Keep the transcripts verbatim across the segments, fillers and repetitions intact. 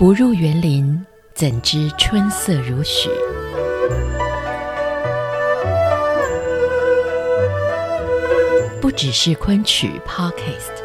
不入园林，怎知春色如许？不只是昆曲 Podcast。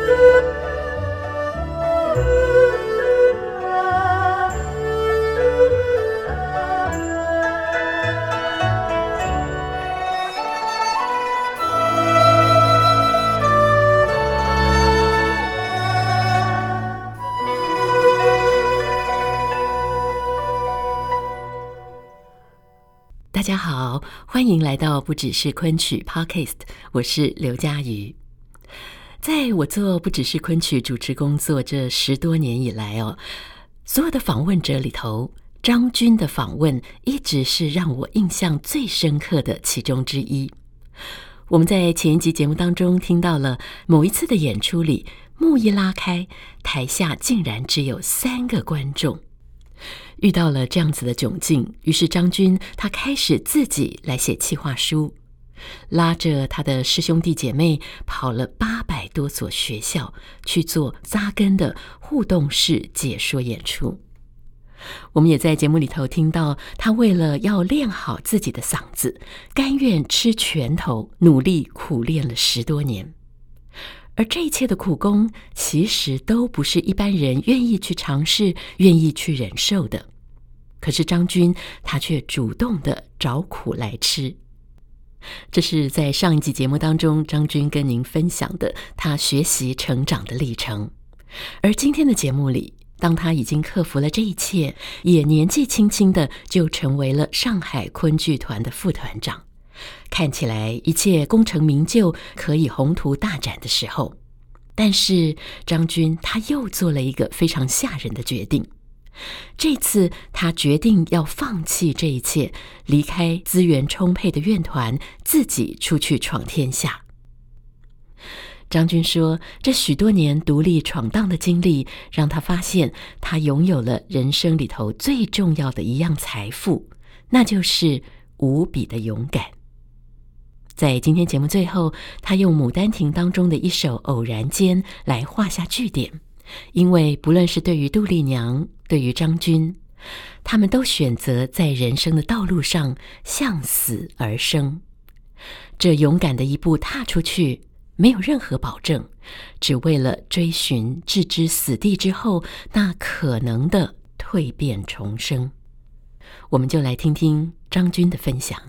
大家好，欢迎来到不只是昆曲 Podcast， 我是刘佳瑜。在我做不只是昆曲主持工作这十多年以来哦，所有的访问者里头，张君的访问一直是让我印象最深刻的其中之一。我们在前一集节目当中听到了某一次的演出里，幕一拉开，台下竟然只有三个观众。遇到了这样子的窘境，于是张君他开始自己来写企划书，拉着他的师兄弟姐妹跑了八百多所学校去做扎根的互动式解说演出。我们也在节目里头听到他为了要练好自己的嗓子，甘愿吃拳头，努力苦练了十多年。而这一切的苦功其实都不是一般人愿意去尝试，愿意去忍受的。可是张君他却主动的找苦来吃。这是在上一集节目当中张君跟您分享的他学习成长的历程。而今天的节目里，当他已经克服了这一切，也年纪轻轻的就成为了上海昆剧团的副团长，看起来一切功成名就，可以宏图大展的时候，但是张君他又做了一个非常吓人的决定。这次他决定要放弃这一切，离开资源充沛的院团，自己出去闯天下。张君说，这许多年独立闯荡的经历，让他发现他拥有了人生里头最重要的一样财富，那就是无比的勇敢。在今天节目最后，他用《牡丹亭》当中的一首《偶然间》来画下句点，因为不论是对于杜丽娘，对于张君，他们都选择在人生的道路上向死而生。这勇敢的一步踏出去，没有任何保证，只为了追寻置之死地之后那可能的蜕变重生。我们就来听听张君的分享。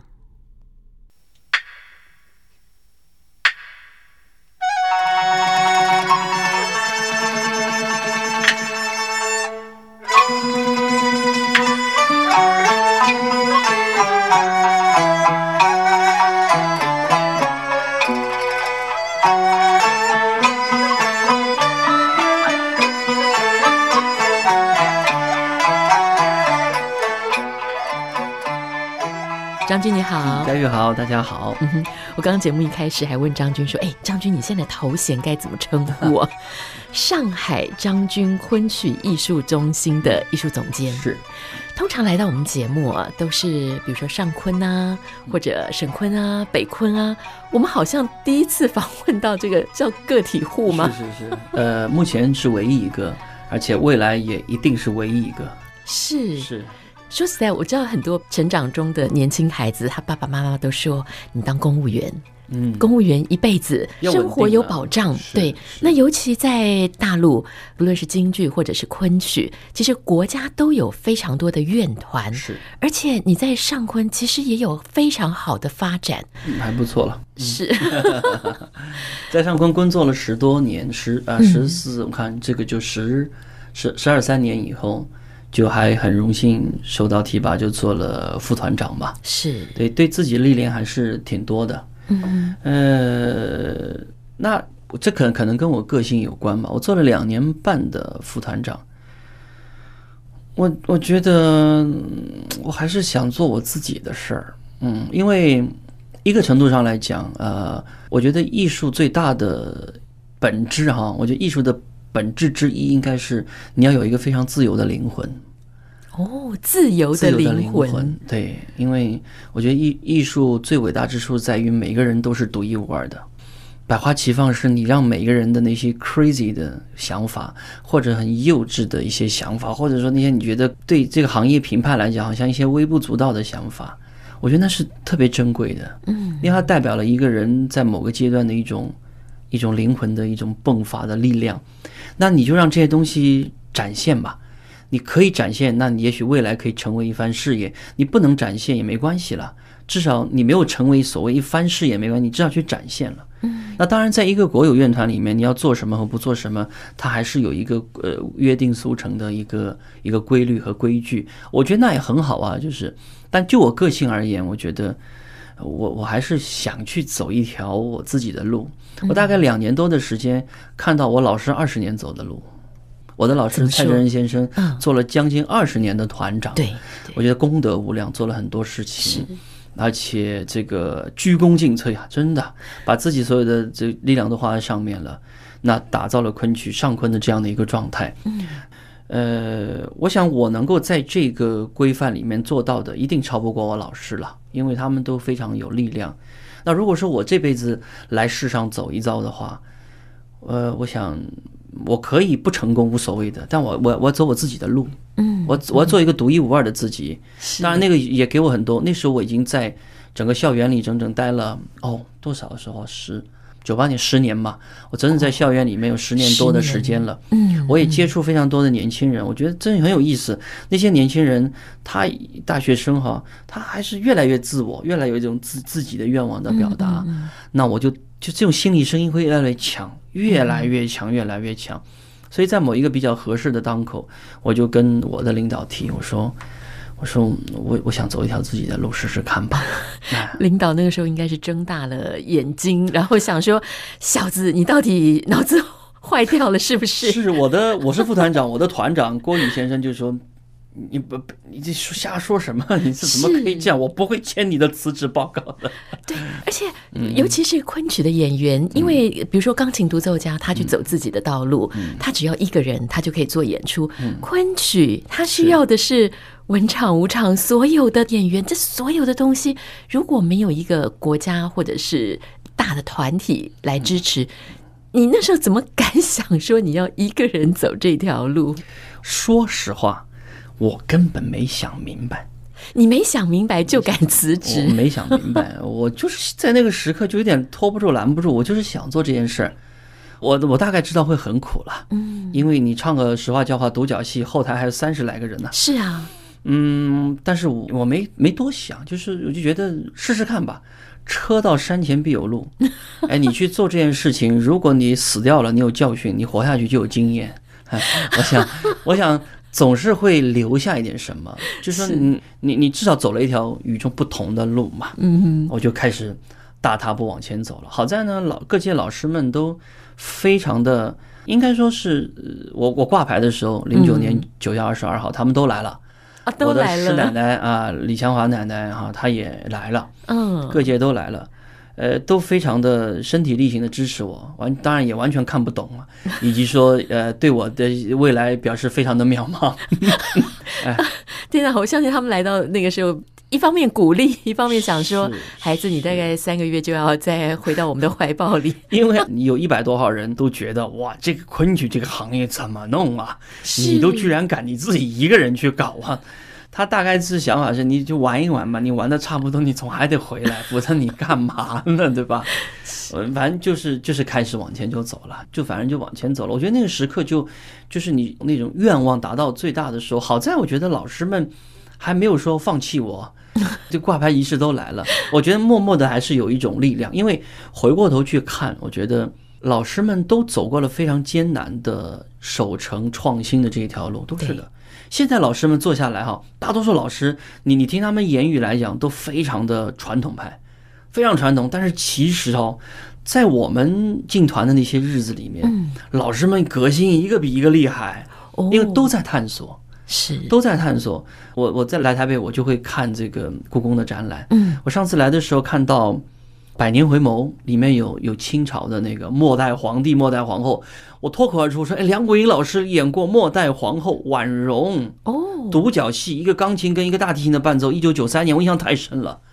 张君你好。 佳玉好，大家好。 嗯哼，我刚刚节目一开始还问张君说，哎，张君你现在头衔该怎么称呼我？上海张君昆曲艺术中心的艺术总监。 是。 通常来到我们节目啊，都是比如说上昆啊，或者沈昆啊、北昆啊，我们好像第一次访问到这个叫个体户吗？ 是是是，呃，目前是唯一一个，而且未来也一定是唯一一个。 是是。 说实在，我知道很多成长中的年轻孩子，他爸爸妈妈都说你当公务员，嗯，公务员一辈子生活有保障。对，那尤其在大陆，不论是京剧或者是昆曲，其实国家都有非常多的院团， 是， 而且你在上昆其实也有非常好的发展， 嗯、还不错了。 是， 在上昆工作了十多年，十啊十四，我看这个就十十十二三年以后。就还很荣幸受到提拔，就做了副团长吧。 是， 对，对自己历练还是挺多的。嗯，呃，那这可可能跟我个性有关吧。我做了两年半的副团长，我我觉得我还是想做我自己的事儿。嗯，因为一个程度上来讲，呃，我觉得艺术最大的本质哈，我觉得艺术的本质之一应该是你要有一个非常自由的灵魂。 哦，自由的灵 魂, 灵魂对，因为我觉得艺艺术最伟大之处在于每个人都是独一无二的， 百花齐放是你让每个人的那些 crazy 的想法，或者很幼稚的一些想法，或者说那些你觉得对这个行业评判来讲好像一些微不足道的想法，我觉得那是特别珍贵的。嗯，因为它代表了一个人在某个阶段的一种一种灵魂的一种迸发的力量。那你就让这些东西展现吧，你可以展现，那你也许未来可以成为一番事业，你不能展现也没关系了，至少你没有成为所谓一番事业没关系，你至少去展现了。嗯，那当然在一个国有乐团里面，你要做什么和不做什么，它还是有一个呃约定俗成的一个一个规律和规矩，我觉得那也很好啊。就是但就我个性而言，我觉得我我还是想去走一条我自己的路。我大概两年多的时间看到我老师二十年走的路。我的老师蔡振仁先生做了将近二十年的团长，对，我觉得功德无量，做了很多事情，而且这个鞠躬尽瘁啊，真的把自己所有的这力量都花在上面了，那打造了昆曲上昆的这样的一个状态。嗯，呃，我想我能够在这个规范里面做到的，一定超不过我老师了，因为他们都非常有力量。那如果说我这辈子来世上走一遭的话，呃，我想我可以不成功无所谓的，但我我我走我自己的路，嗯，我我要做一个独一无二的自己。当然那个也给我很多，那时候我已经在整个校园里整整待了哦多少时候十九八年十年嘛，我真正在校园里面有十年多的时间了。嗯，我也接触非常多的年轻人，我觉得真的很有意思。那些年轻人，他大学生哈，他还是越来越自我，越来越有一种自自己的愿望的表达。嗯嗯，那我就就这种心理声音会越来越强，越来越强，越来越强。所以在某一个比较合适的当口，我就跟我的领导提，我说。我说我我想走一条自己的路试试看吧。 领导那个时候应该是睁大了眼睛，然后想说：“小子，你到底脑子坏掉了是不是？” 是我的，我是副团长，我的团长郭宇先生就说：“你不，你这瞎说什么？你这怎么可以这样？我不会签你的辞职报告的。” 对，而且尤其是昆曲的演员，嗯、因为比如说钢琴独奏家，他去走自己的道路，嗯、他只要一个人，他就可以做演出。嗯、昆曲他需要的是文场武场所有的演员，这所有的东西，如果没有一个国家或者是大的团体来支持，嗯、你那时候怎么敢想说你要一个人走这条路？ 说实话，我根本没想明白。 你没想明白就敢辞职？ 我没想明白，我就是在那个时刻就有点拖不住拦不住，我就是想做这件事儿。我我大概知道会很苦了，嗯，因为你唱个实话教话独角戏，后台还有三十来个人呢。 是啊， 嗯，但是我我没没多想，就是我就觉得试试看吧。车到山前必有路，哎，你去做这件事情，如果你死掉了，你有教训，你活下去就有经验。哎，我想，我想。总是会留下一点什么，就是说你你你至少走了一条与众不同的路嘛。嗯，我就开始大踏步往前走了。好在呢，老各界老师们都非常的，应该说是我我挂牌的时候，零九年九月二十二号，他们都来了。 啊，都来了。 我的师奶奶啊，李强华奶奶哈、啊，她也来了。嗯，各界都来了。呃，都非常的身体力行的支持我，完当然也完全看不懂啊，以及说呃对我的未来表示非常的渺茫。 哎，对啊，我相信他们来到那个时候，一方面鼓励，一方面想说，孩子，你大概三个月就要再回到我们的怀抱里， 因为你有一百多号人都觉得哇，这个昆曲这个行业怎么弄啊？你都居然敢你自己一个人去搞啊！他大概是想法是，你就玩一玩吧，你玩的差不多，你总还得回来，否则你干嘛呢，对吧？反正就是就是开始往前就走了，就反正就往前走了。我觉得那个时刻就就是你那种愿望达到最大的时候。好在我觉得老师们还没有说放弃我，就挂牌仪式都来了。我觉得默默的还是有一种力量，因为回过头去看，我觉得老师们都走过了非常艰难的守成创新的这一条路，都是的。现在老师们坐下来哈，大多数老师你你听他们言语来讲都非常的传统派，非常传统。但是其实哦，在我们进团的那些日子里面，嗯、老师们革新一个比一个厉害，哦、因为都在探索， 是都在探索。我我在来台北，我就会看这个故宫的展览。嗯，我上次来的时候看到《百年回眸》里面有有清朝的那个末代皇帝、末代皇后。我脱口而出说：“哎，梁国英老师演过末代皇后婉容哦，独角戏，一个钢琴跟一个大提琴的伴奏，一九九三年，我印象太深了。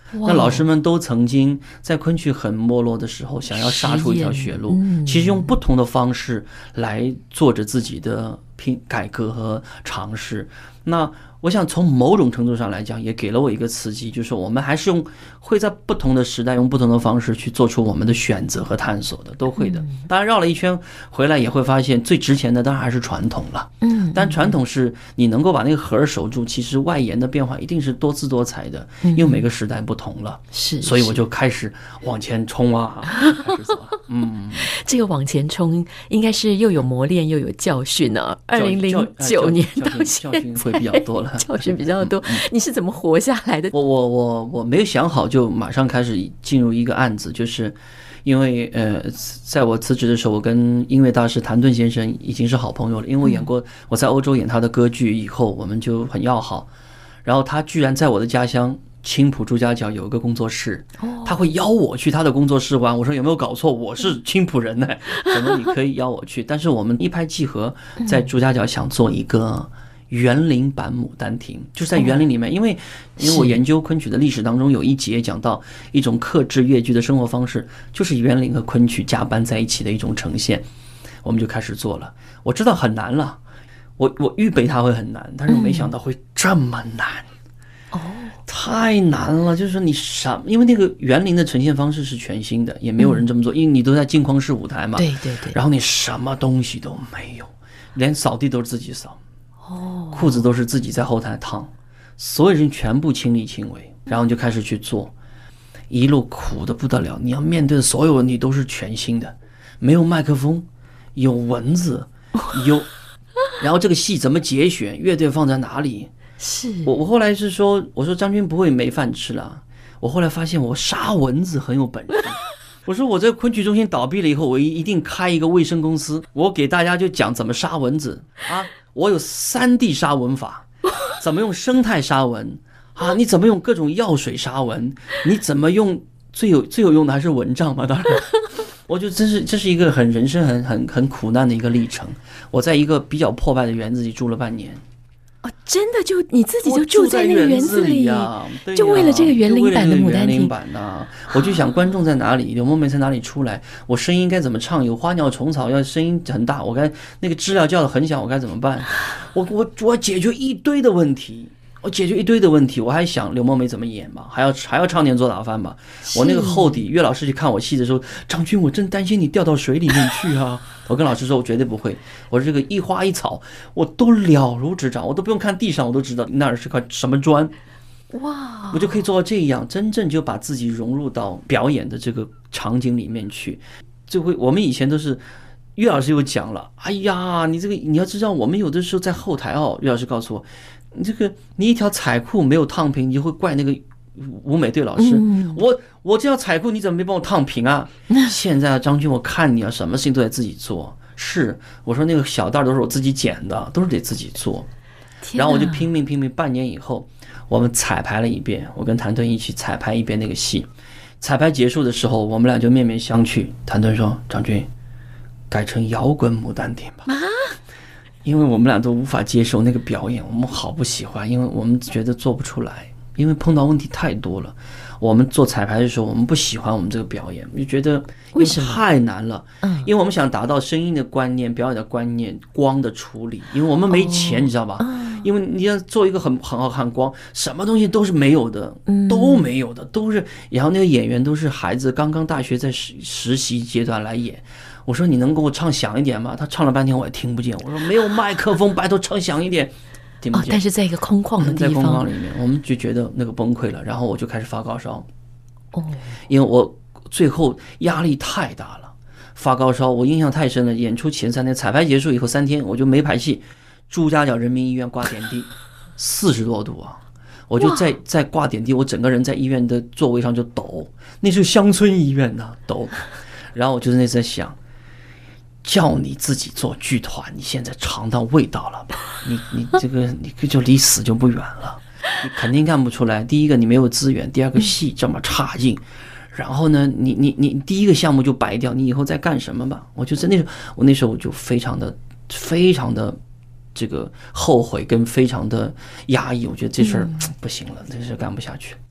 那老师们都曾经在昆曲很没落的时候，想要杀出一条血路，嗯、其实用不同的方式来做着自己的拼改革和尝试。那我想从某种程度上来讲，也给了我一个刺激，就是我们还是用会在不同的时代用不同的方式去做出我们的选择和探索的，都会的。当然绕了一圈回来也会发现，最值钱的当然还是传统了。嗯，但传统是你能够把那个核守住，其实外延的变化一定是多姿多彩的，因为每个时代不同了。是，所以我就开始往前冲啊，开始走。嗯， 这个往前冲应该是又有磨练又有教训啊。二零零九年到现在， 教训会比较多了。 教训比较多，你是怎么活下来的？ 我我我我没有想好就马上开始进入一个案子，就是因为呃，在我辞职的时候，我跟音乐大师谭盾先生已经是好朋友了，因为我演过我在欧洲演他的歌剧以后，我们就很要好。然后他居然在我的家乡青浦朱家角有一个工作室，他会邀我去他的工作室玩。我说有没有搞错？我是青浦人呢，怎么你可以邀我去？但是我们一拍即合，在朱家角想做一个园林版牡丹亭，就是在园林里面，因为因为我研究昆曲的历史当中有一节讲到一种克制越剧的生活方式，就是园林和昆曲加班在一起的一种呈现，我们就开始做了。我知道很难了，我我预备它会很难，但是我没想到会这么难。哦，太难了，就是说你什，因为那个园林的呈现方式是全新的，也没有人这么做，因为你都在镜框式舞台嘛， 对对对， 然后你什么东西都没有，连扫地都是自己扫。哦，裤子都是自己在后台烫，所有人全部亲力亲为，然后你就开始去做，一路苦的不得了。你要面对的所有问题都是全新的，没有麦克风，有蚊子，有，然后这个戏怎么节选，乐队放在哪里？是我我后来是说，我说张军不会没饭吃了。我后来发现我杀蚊子很有本事。我说我这昆曲中心倒闭了以后，我一定开一个卫生公司，我给大家就讲怎么杀蚊子啊。我有三 D 杀蚊法，怎么用生态杀蚊啊？你怎么用各种药水杀蚊？你怎么用最有最有用的还是蚊帐嘛？当然，我觉得这是这是一个很人生很很很苦难的一个历程。我在一个比较破败的园子里住了半年。 哦，真的就你自己就住在那个园子里啊？对呀， 就为了这个园林版的牡丹亭版啊！我就想观众在哪里，刘梦梅在哪里出来，我声音该怎么唱？有花鸟虫草，要声音很大，我该那个知了叫得很响，我该怎么办？我我我解决一堆的问题。我解决一堆的问题，我还想刘梦梅怎么演嘛，还要还要常年做打饭嘛。我那个后底，岳老师去看我戏的时候，张军，我真担心你掉到水里面去啊！我跟老师说，我绝对不会，我这个一花一草我都了如指掌，我都不用看地上，我都知道那儿是块什么砖。哇！我就可以做到这样，真正就把自己融入到表演的这个场景里面去。就会，我们以前都是。岳老师又讲了，哎呀，你这个你要知道，我们有的时候在后台哦，岳老师告诉我，你这个你一条彩裤没有烫平，你就会怪那个舞美队老师，嗯、我我这条彩裤你怎么没帮我烫平啊？现在张军，我看你啊，什么事情都得自己做。是，我说那个小袋都是我自己剪的，都是得自己做。然后我就拼命拼命，半年以后，我们彩排了一遍，我跟谭盾一起彩排一遍那个戏。彩排结束的时候，我们俩就面面相觑。谭盾说：“张军。”改成摇滚牡丹亭吧，因为我们俩都无法接受那个表演，我们好不喜欢，因为我们觉得做不出来，因为碰到问题太多了。我们做彩排的时候，我们不喜欢我们这个表演，就觉得为什么太难了？嗯，因为我们想达到声音的观念、表演的观念、光的处理，因为我们没钱，你知道吧？因为你要做一个很很好看光，什么东西都是没有的，都没有的，都是。然后那个演员都是孩子，刚刚大学在实实习阶段来演。我说你能给我唱响一点吗？他唱了半天我也听不见。我说没有麦克风，拜托唱响一点，听不见。 哦，但是在一个空旷的地方， 在空旷里面，我们就觉得那个崩溃了。然后我就开始发高烧。哦，因为我最后压力太大了，发高烧，我印象太深了。演出前三天，彩排结束以后三天，我就没排戏。朱家角人民医院挂点滴，四十多度啊！我就在在挂点滴，我整个人在医院的座位上就抖，那是乡村医院呐、啊，抖。然后我就是那次在想，叫你自己做剧团，你现在尝到味道了吧？你你这个你就离死就不远了，你肯定干不出来。第一个你没有资源，第二个戏这么差劲，然后呢，你你你第一个项目就白掉，你以后再干什么吧？我就在那时候，我那时候我就非常的非常的。这个后悔跟非常的压抑，我觉得这事儿不行了，这事干不下去。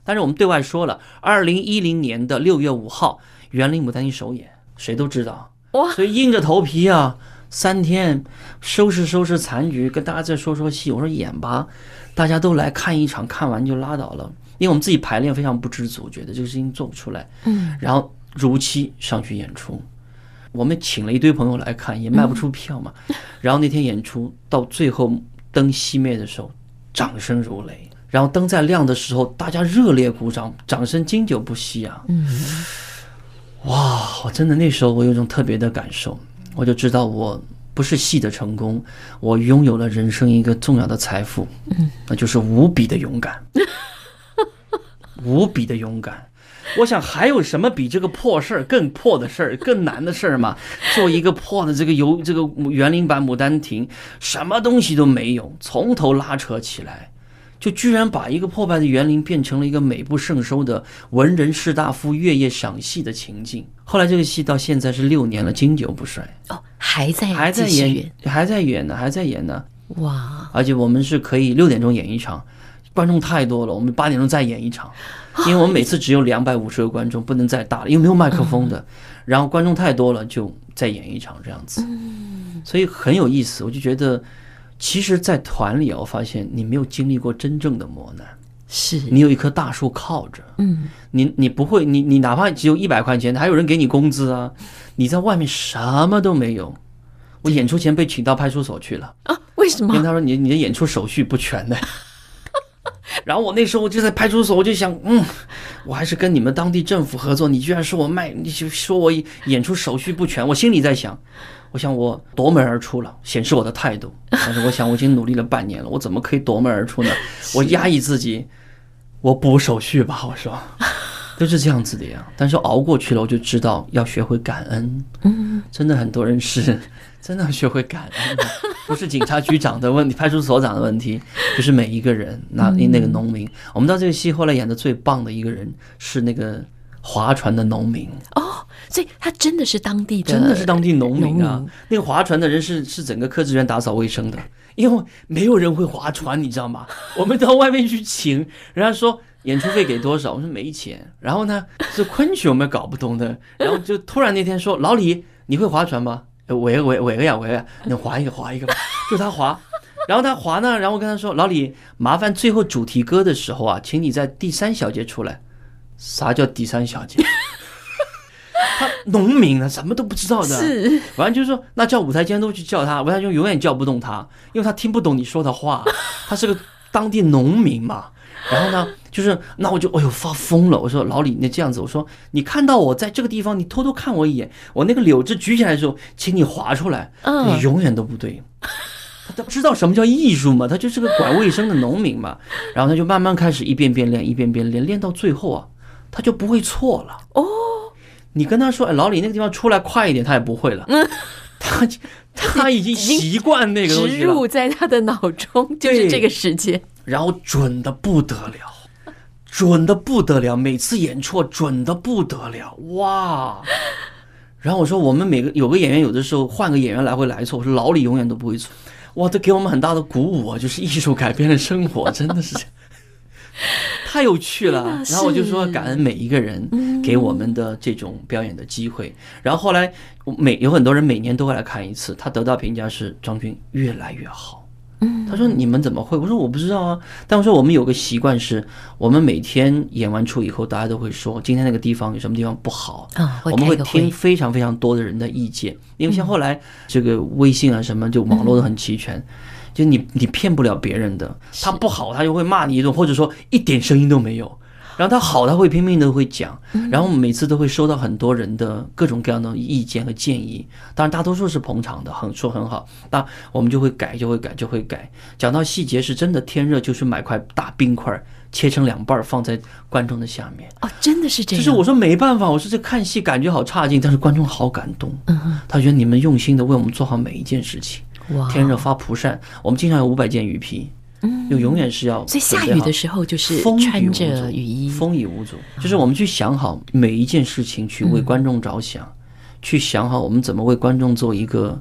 但是我们对外说了，二零一零年的六月五号，园林牡丹亭首演，谁都知道。 哇！ 所以硬着头皮啊，三天收拾收拾残局，跟大家再说说戏。我说演吧，大家都来看一场，看完就拉倒了。因为我们自己排练非常不知足，觉得这个事情做不出来。嗯，然后如期上去演出。我们请了一堆朋友来看，也卖不出票嘛。嗯、然后那天演出到最后灯熄灭的时候，掌声如雷；然后灯在亮的时候，大家热烈鼓掌，掌声经久不息啊！嗯，哇，我真的那时候我有一种特别的感受，我就知道我不是戏的成功，我拥有了人生一个重要的财富，嗯，那就是无比的勇敢，无比的勇敢。我想还有什么比这个破事儿更破的事儿、更难的事儿吗？做一个破的这个游这个园林版牡丹亭，什么东西都没有，从头拉扯起来，就居然把一个破败的园林变成了一个美不胜收的文人士大夫月夜赏戏的情境。后来这个戏到现在是六年了，经久不衰。 哦，还在还在演，还在演呢，还在演呢。 哇！ 而且我们是可以六点钟演一场，观众太多了，我们八点钟再演一场。因为我们每次只有两百五十个观众，不能再大了，因为没有麦克风的。然后观众太多了，就再演一场这样子。所以很有意思，我就觉得，其实，在团里我发现你没有经历过真正的磨难， 是你有一棵大树靠着，嗯，你你不会，你你哪怕只有一百块钱，还有人给你工资啊，你在外面什么都没有。我演出前被请到派出所去了啊？为什么？ 因为他说你你的演出手续不全的。然后我那时候就在派出所，我就想，嗯，我还是跟你们当地政府合作。你居然说我卖，你就说我演出手续不全，我心里在想，我想我夺门而出了，显示我的态度。但是我想我已经努力了半年了，我怎么可以夺门而出呢？我压抑自己，我补手续吧。我说，都是这样子的呀。但是熬过去了，我就知道要学会感恩。嗯，真的很多人是真的学会感恩的。不是警察局长的问题，派出所长的问题，就是每一个人。那那个农民，我们到这个戏后来演的最棒的一个人是那个划船的农民。 哦，所以他真的是当地的， 真的是当地农民啊。那个划船的人是是整个科职员打扫卫生的，因为没有人会划船，你知道吗？我们到外面去请，人家说演出费给多少，我说没钱。然后呢，这昆曲我们搞不懂的，然后就突然那天说，老李，你会划船吗？围围围个呀围个呀，你划一个划一个吧，就他划，然后他划呢，然后我跟他说，老李，麻烦最后主题歌的时候啊，请你在第三小节出来。啥叫第三小节？他农民呢，什么都不知道的， 是， 反正就是说，那叫舞台监督去叫他，舞台监督永远叫不动他，因为他听不懂你说的话，他是个当地农民嘛。然后呢，就是那我就哎呦发疯了，我说老李，那这样子，我说你看到我在这个地方，你偷偷看我一眼，我那个柳枝举起来的时候，请你划出来，嗯，你永远都不对。他知道什么叫艺术嘛？他就是个管卫生的农民嘛。然后他就慢慢开始一遍遍练，一遍遍练，练到最后啊，他就不会错了。哦，你跟他说，哎，老李那个地方出来快一点，他也不会了。嗯，他他已经习惯那个东西了， 植入在他的脑中，就是这个时间。 然后准的不得了，准的不得了，每次演错准的不得了，哇！然后我说我们每个有个演员有的时候换个演员来会来错，我说老李永远都不会错，哇，这给我们很大的鼓舞啊！就是艺术改变了生活，真的是太有趣了。然后我就说感恩每一个人给我们的这种表演的机会。然后后来每有很多人每年都会来看一次，他得到评价是张军越来越好。他说你们怎么会？我说我不知道啊。但我说我们有个习惯是，我们每天演完出以后，大家都会说今天那个地方有什么地方不好， 啊、 我们会听非常非常多的人的意见。因为像后来这个微信啊什么，就网络都很齐全，嗯、就你你骗不了别人的。他不好，他就会骂你一顿，或者说一点声音都没有。然后他好，他会拼命的会讲，然后我们每次都会收到很多人的各种各样的意见和建议，当然大多数是捧场的，很说很好，那我们就会改就会改就会改。讲到细节是真的天热，就是买块大冰块切成两半放在观众的下面。 哦，真的是这样。 就是我说没办法，我说这看戏感觉好差劲，但是观众好感动，嗯，他觉得你们用心的为我们做好每一件事情。哇，天热发蒲扇，我们经常有五百件雨披。嗯，就永远是要， 所以下雨的时候就是穿着雨衣， 风雨无阻。就是我们去想好每一件事情，去为观众着想，嗯、去想好我们怎么为观众做一个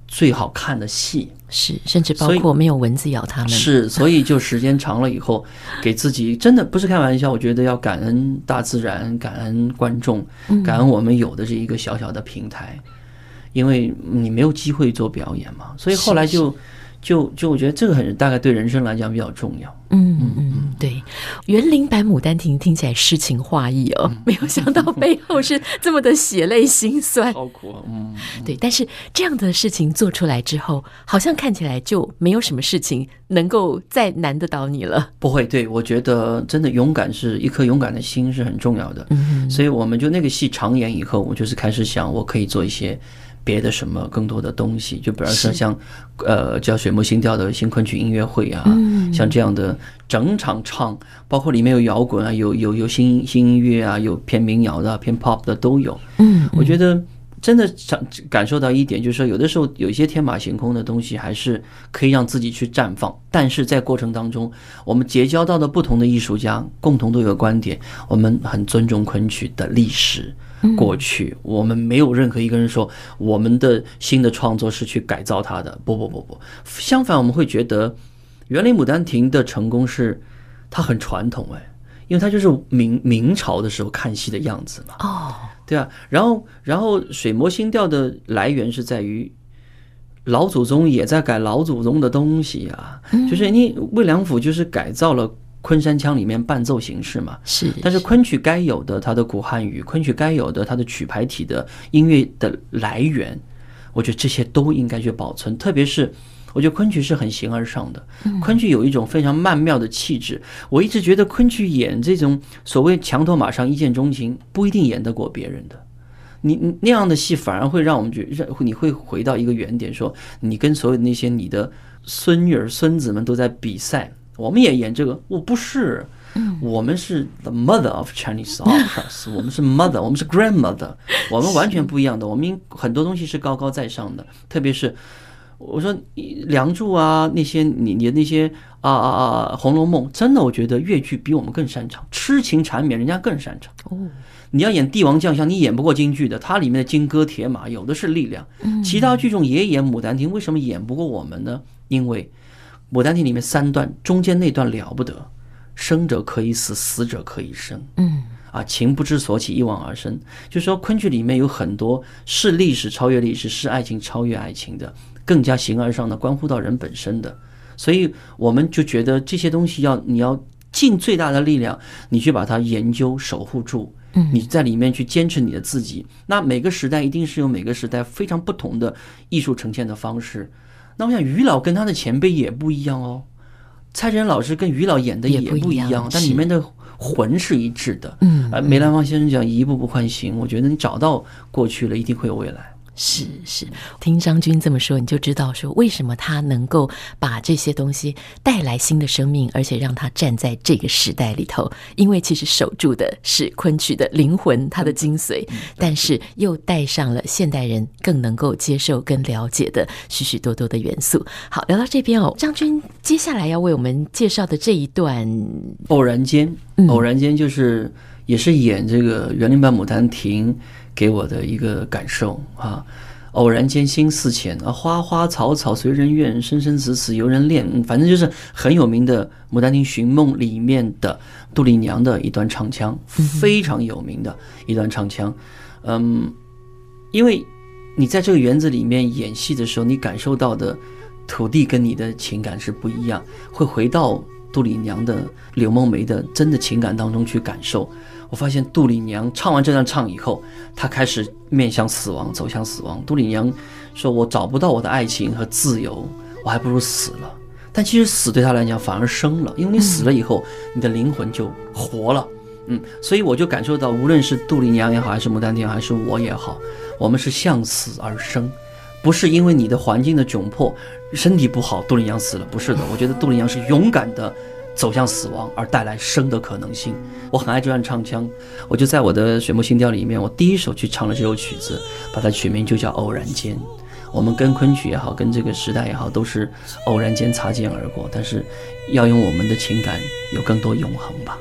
最好看的戏， 是，甚至包括没有蚊子咬他们。 是，所以就时间长了以后，给自己真的不是开玩笑，我觉得要感恩大自然，感恩观众，感恩我们有的这一个小小的平台，因为你没有机会做表演嘛，所以后来就。就就我觉得这个很大概对人生来讲比较重要。 嗯嗯嗯，对，园林版《牡丹亭》听起来诗情画意哦，嗯、没有想到背后是这么的血泪辛酸， 好苦啊！嗯， 对。但是这样的事情做出来之后，好像看起来就没有什么事情能够再难得倒你了。 不会，对，我觉得真的勇敢是一颗勇敢的心是很重要的。嗯，所以我们就那个戏长演以后，我就是开始想，我可以做一些。别的什么更多的东西，就比如说像呃叫水墨新调的新昆曲音乐会啊、嗯，像这样的整场唱，包括里面有摇滚啊，有有有新新音乐啊，有偏民谣的、啊、偏 pop 的都有。嗯，我觉得真的感受到一点，就是说有的时候有一些天马行空的东西，还是可以让自己去绽放。但是在过程当中，我们结交到的不同的艺术家，共同都有个观点，我们很尊重昆曲的历史。过去我们没有任何一个人说我们的新的创作是去改造它的，不不不不，相反我们会觉得园林牡丹亭的成功是它很传统哎，因为它就是明明朝的时候看戏的样子嘛。哦，对啊，然后然后水墨新调的来源是在于老祖宗也在改老祖宗的东西啊，就是你魏良辅就是改造了昆山腔里面伴奏形式嘛， 是， 但是昆曲该有的它的古汉语，昆曲该有的它的曲牌体的音乐的来源，我觉得这些都应该去保存。特别是我觉得昆曲是很形而上的，昆曲有一种非常曼妙的气质。我一直觉得昆曲演这种所谓墙头马上一见钟情，不一定演得过别人的。你那样的戏反而会让我们觉得你会回到一个原点，说你跟所有的那些你的孙女儿孙子们都在比赛。我们也演这个，我不是，我们是 the mother of Chinese operas， 我们是 mother， 我们是 grandmother， 我们完全不一样的。我们很多东西是高高在上的，特别是我说梁祝啊，那些你你的那些啊啊啊，《红楼梦》，真的我觉得越剧比我们更擅长，痴情缠绵人家更擅长。哦，你要演帝王将相，你演不过京剧的，它里面的金戈铁马有的是力量。其他剧种也演《牡丹亭》，为什么演不过我们呢？因为《牡丹亭》里面三段，中间那段了不得，生者可以死，死者可以生。嗯，啊，情不知所起，一往而深。就是说，昆剧里面有很多是历史超越历史，是爱情超越爱情的，更加形而上的，关乎到人本身的。所以我们就觉得这些东西要你要尽最大的力量，你去把它研究守护住。你在里面去坚持你的自己。那每个时代一定是有每个时代非常不同的艺术呈现的方式。那我想于老跟他的前辈也不一样哦，蔡振老师跟于老演的也不一样，但里面的魂是一致的。嗯，呃，梅兰芳先生讲一步不换行，我觉得你找到过去了，一定会有未来。 是是，听张军这么说，你就知道说为什么他能够把这些东西带来新的生命，而且让他站在这个时代里头。因为其实守住的是昆曲的灵魂，它的精髓，但是又带上了现代人更能够接受跟了解的许许多多的元素。好，聊到这边哦，张军接下来要为我们介绍的这一段偶然间，偶然间就是也是演这个园林版《牡丹亭》给我的一个感受啊，偶然间心似浅啊，花花草草随人愿，生生死死由人恋，反正就是很有名的《牡丹亭寻梦》里面的杜丽娘的一段唱腔，非常有名的一段唱腔。嗯，因为你在这个园子里面演戏的时候，你感受到的土地跟你的情感是不一样，会回到杜丽娘的柳梦梅的真的情感当中去感受。我发现杜丽娘唱完这段唱以后，她开始面向死亡，走向死亡。杜丽娘说，我找不到我的爱情和自由，我还不如死了。但其实死对她来讲反而生了，因为你死了以后，你的灵魂就活了。嗯，所以我就感受到，无论是杜丽娘也好，还是牡丹亭还是我也好，我们是向死而生，不是因为你的环境的窘迫，身体不好，杜丽娘死了，不是的。我觉得杜丽娘是勇敢的走向死亡而带来生的可能性。我很爱这段唱腔，我就在我的水墨新调里面，我第一首去唱了这首曲子，把它取名就叫偶然间。我们跟昆曲也好，跟这个时代也好，都是偶然间擦肩而过，但是要用我们的情感有更多永恒吧。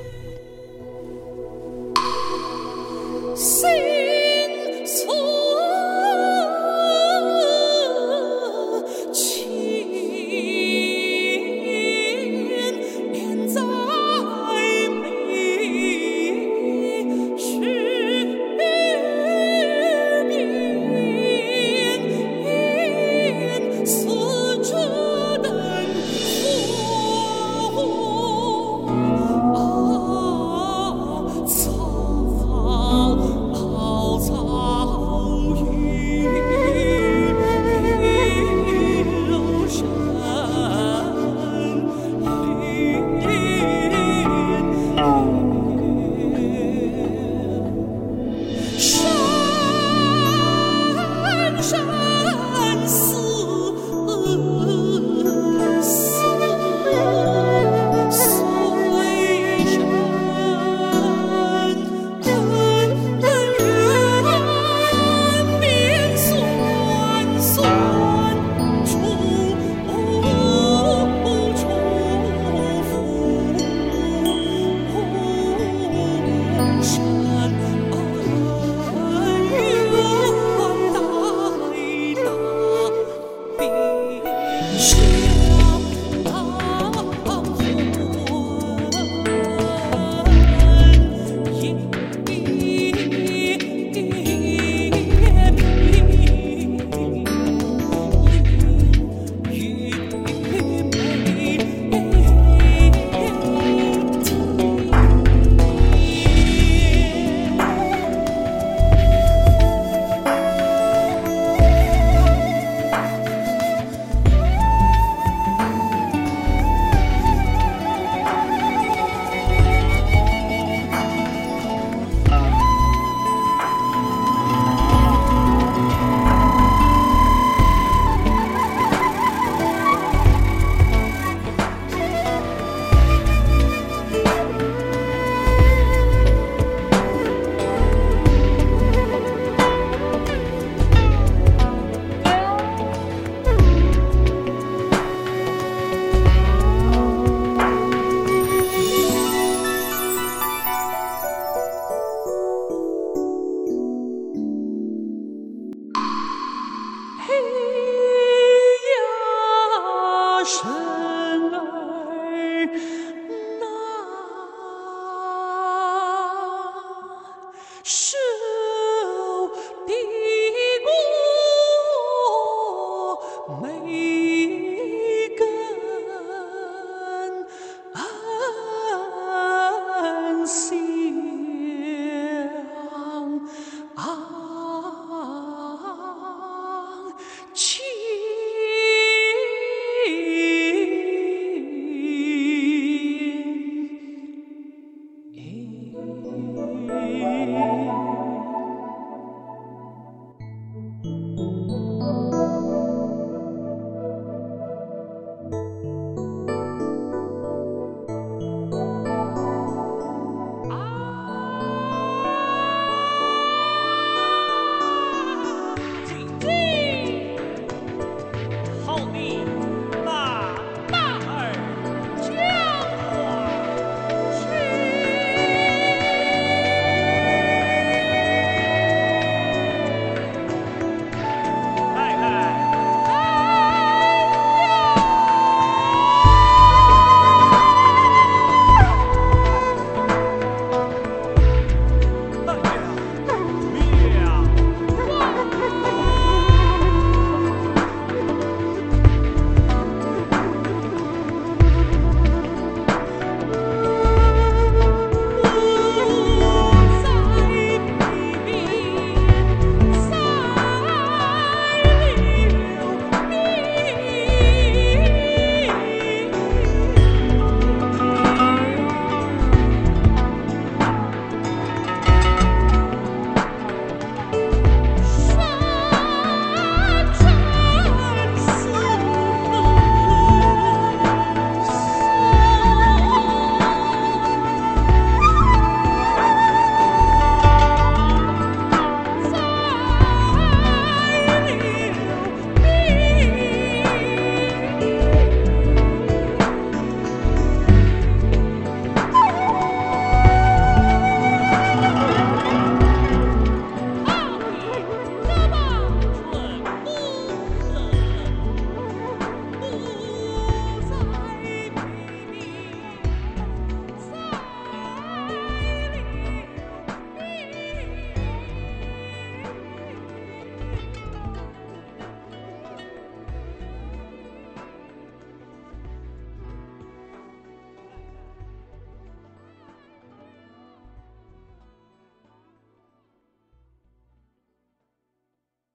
心所